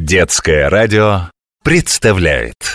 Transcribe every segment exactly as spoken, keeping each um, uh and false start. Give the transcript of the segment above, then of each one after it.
Детское радио представляет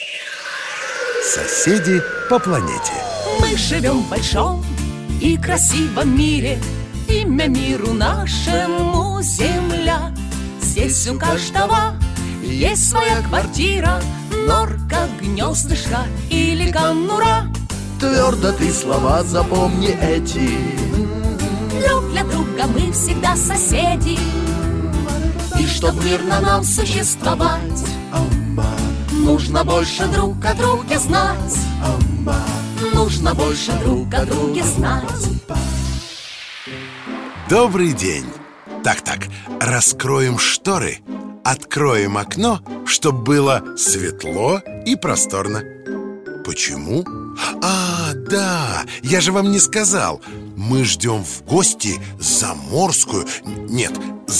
Соседи по планете. Мы живем в большом и красивом мире. Имя миру нашему Земля. Здесь у каждого есть своя квартира, норка, гнездышко или конура. Твердо ты слова запомни эти. Друг для друга мы всегда соседи. И чтоб мирно нам существовать, нужно больше друг о друге знать. Нужно больше друг о друге знать. Добрый день. Так-так, раскроем шторы, откроем окно, чтобы было светло и просторно. Почему? А, да, я же вам не сказал. Мы ждем в гости заморскую, нет,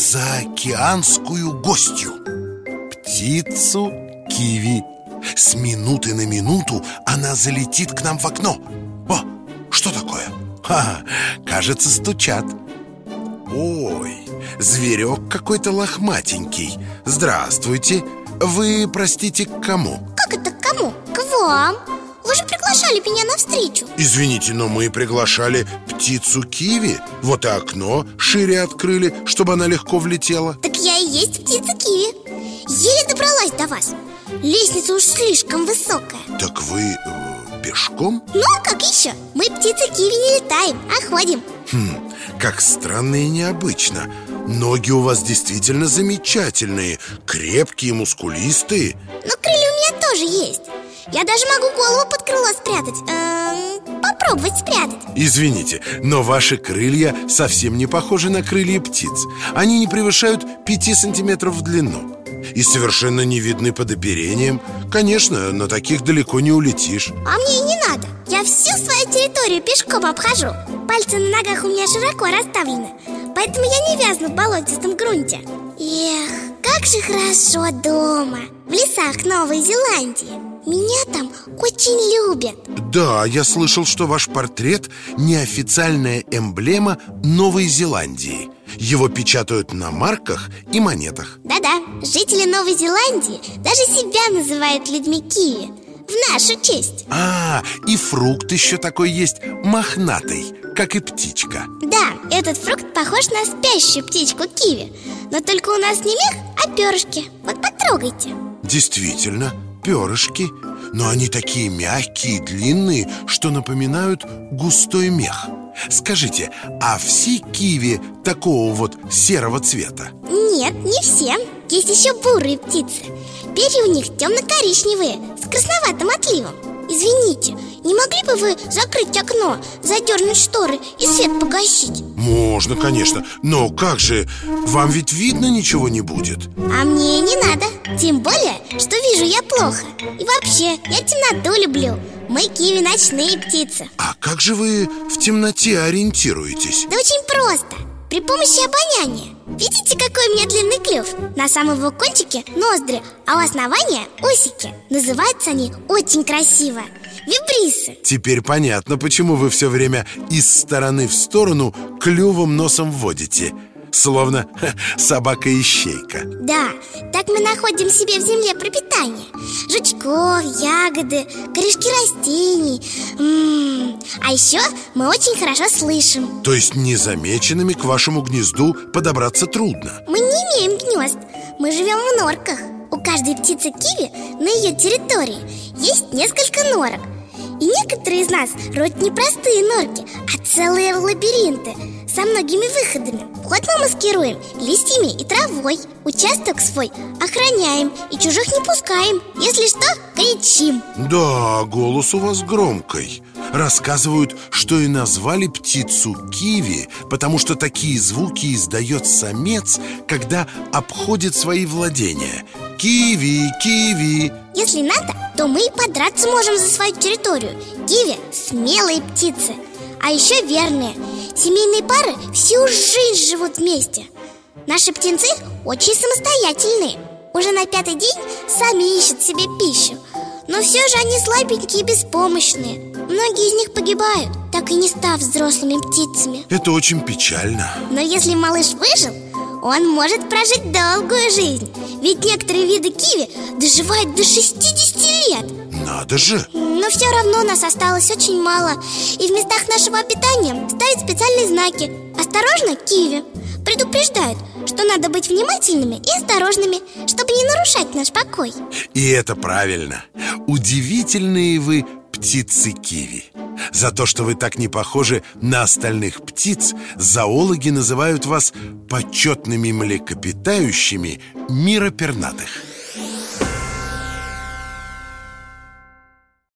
заокеанскую гостью. Птицу киви. С минуты на минуту она залетит к нам в окно. О, что такое? Ха, кажется, стучат. Ой, зверек какой-то лохматенький. Здравствуйте. Вы, простите, к кому? Как это к кому? К вам. Вы же приглашали меня на встречу. Извините, но мы приглашали птицу киви. Вот и окно шире открыли, чтобы она легко влетела. Так я и есть птица киви. Еле добралась до вас. Лестница уж слишком высокая. Так вы э, пешком? Ну, а как еще? Мы птицы киви не летаем, а ходим. Хм, как странно и необычно. Ноги у вас действительно замечательные, крепкие, мускулистые. Но крылья у меня тоже есть. Я даже могу голову под крыло спрятать. Эм, попробовать спрятать. Извините, но ваши крылья совсем не похожи на крылья птиц. Они не превышают пяти сантиметров в длину и совершенно не видны под оперением. Конечно, на таких далеко не улетишь. А мне и не надо. Я всю свою территорию пешком обхожу. Пальцы на ногах у меня широко расставлены, поэтому я не вязну в болотистом грунте. Эх, как же хорошо дома, в лесах Новой Зеландии. Меня там очень любят. Да, я слышал, что ваш портрет – неофициальная эмблема Новой Зеландии. Его печатают на марках и монетах. Да-да, жители Новой Зеландии даже себя называют людьми киви, в нашу честь. А, и фрукт еще такой есть, мохнатый, как и птичка. Да, этот фрукт похож на спящую птичку киви. Но только у нас не мех, а перышки. Вот потрогайте. Действительно, перышки. Но они такие мягкие и длинные, что напоминают густой мех. Скажите, а все киви такого вот серого цвета? Нет, не все. Есть еще бурые птицы. Перья у них темно-коричневые, с красноватым отливом. Извините, не могли бы вы закрыть окно, задернуть шторы и свет погасить? Можно, конечно, но как же, вам ведь видно ничего не будет. А мне не надо, тем более, что вижу я плохо. И вообще, я темноту люблю. Мы киви ночные птицы. А как же вы в темноте ориентируетесь? Да очень просто, при помощи обоняния. Видите, какой у меня длинный клюв? На самом его кончике ноздри, а у основания усики. Называются они очень красиво вибрисы. Теперь понятно, почему вы все время из стороны в сторону клювом носом водите. Словно ха, собака-ищейка. Да, так мы находим себе в земле пропитание. Жучков, ягоды, корешки растений. М-м-м. А еще мы очень хорошо слышим. То есть незамеченными к вашему гнезду подобраться трудно? Мы не имеем гнезд, мы живем в норках. У каждой птицы киви на ее территории есть несколько норок. И некоторые из нас роют не простые норки, а целые лабиринты со многими выходами. Вход мы маскируем листьями и травой. Участок свой охраняем и чужих не пускаем. Если что, кричим. Да, голос у вас громкий. Рассказывают, что и назвали птицу киви, потому что такие звуки издает самец, когда обходит свои владения. Киви, киви. Если надо, то мы и подраться можем за свою территорию. Киви – смелые птицы, а еще верные. Семейные пары всю жизнь живут вместе. Наши птенцы очень самостоятельные. Уже на пятый день сами ищут себе пищу. Но все же они слабенькие и беспомощные. Многие из них погибают, так и не став взрослыми птицами. Это очень печально. Но если малыш выжил, он может прожить долгую жизнь. Ведь некоторые виды киви доживают до шестидесяти лет. Надо же! Но все равно нас осталось очень мало. И в местах нашего обитания ставят специальные знаки: «Осторожно, киви!» Предупреждают, что надо быть внимательными и осторожными, чтобы не нарушать наш покой. И это правильно. Удивительные вы птицы киви. За то, что вы так не похожи на остальных птиц, зоологи называют вас почетными млекопитающими мира пернатых.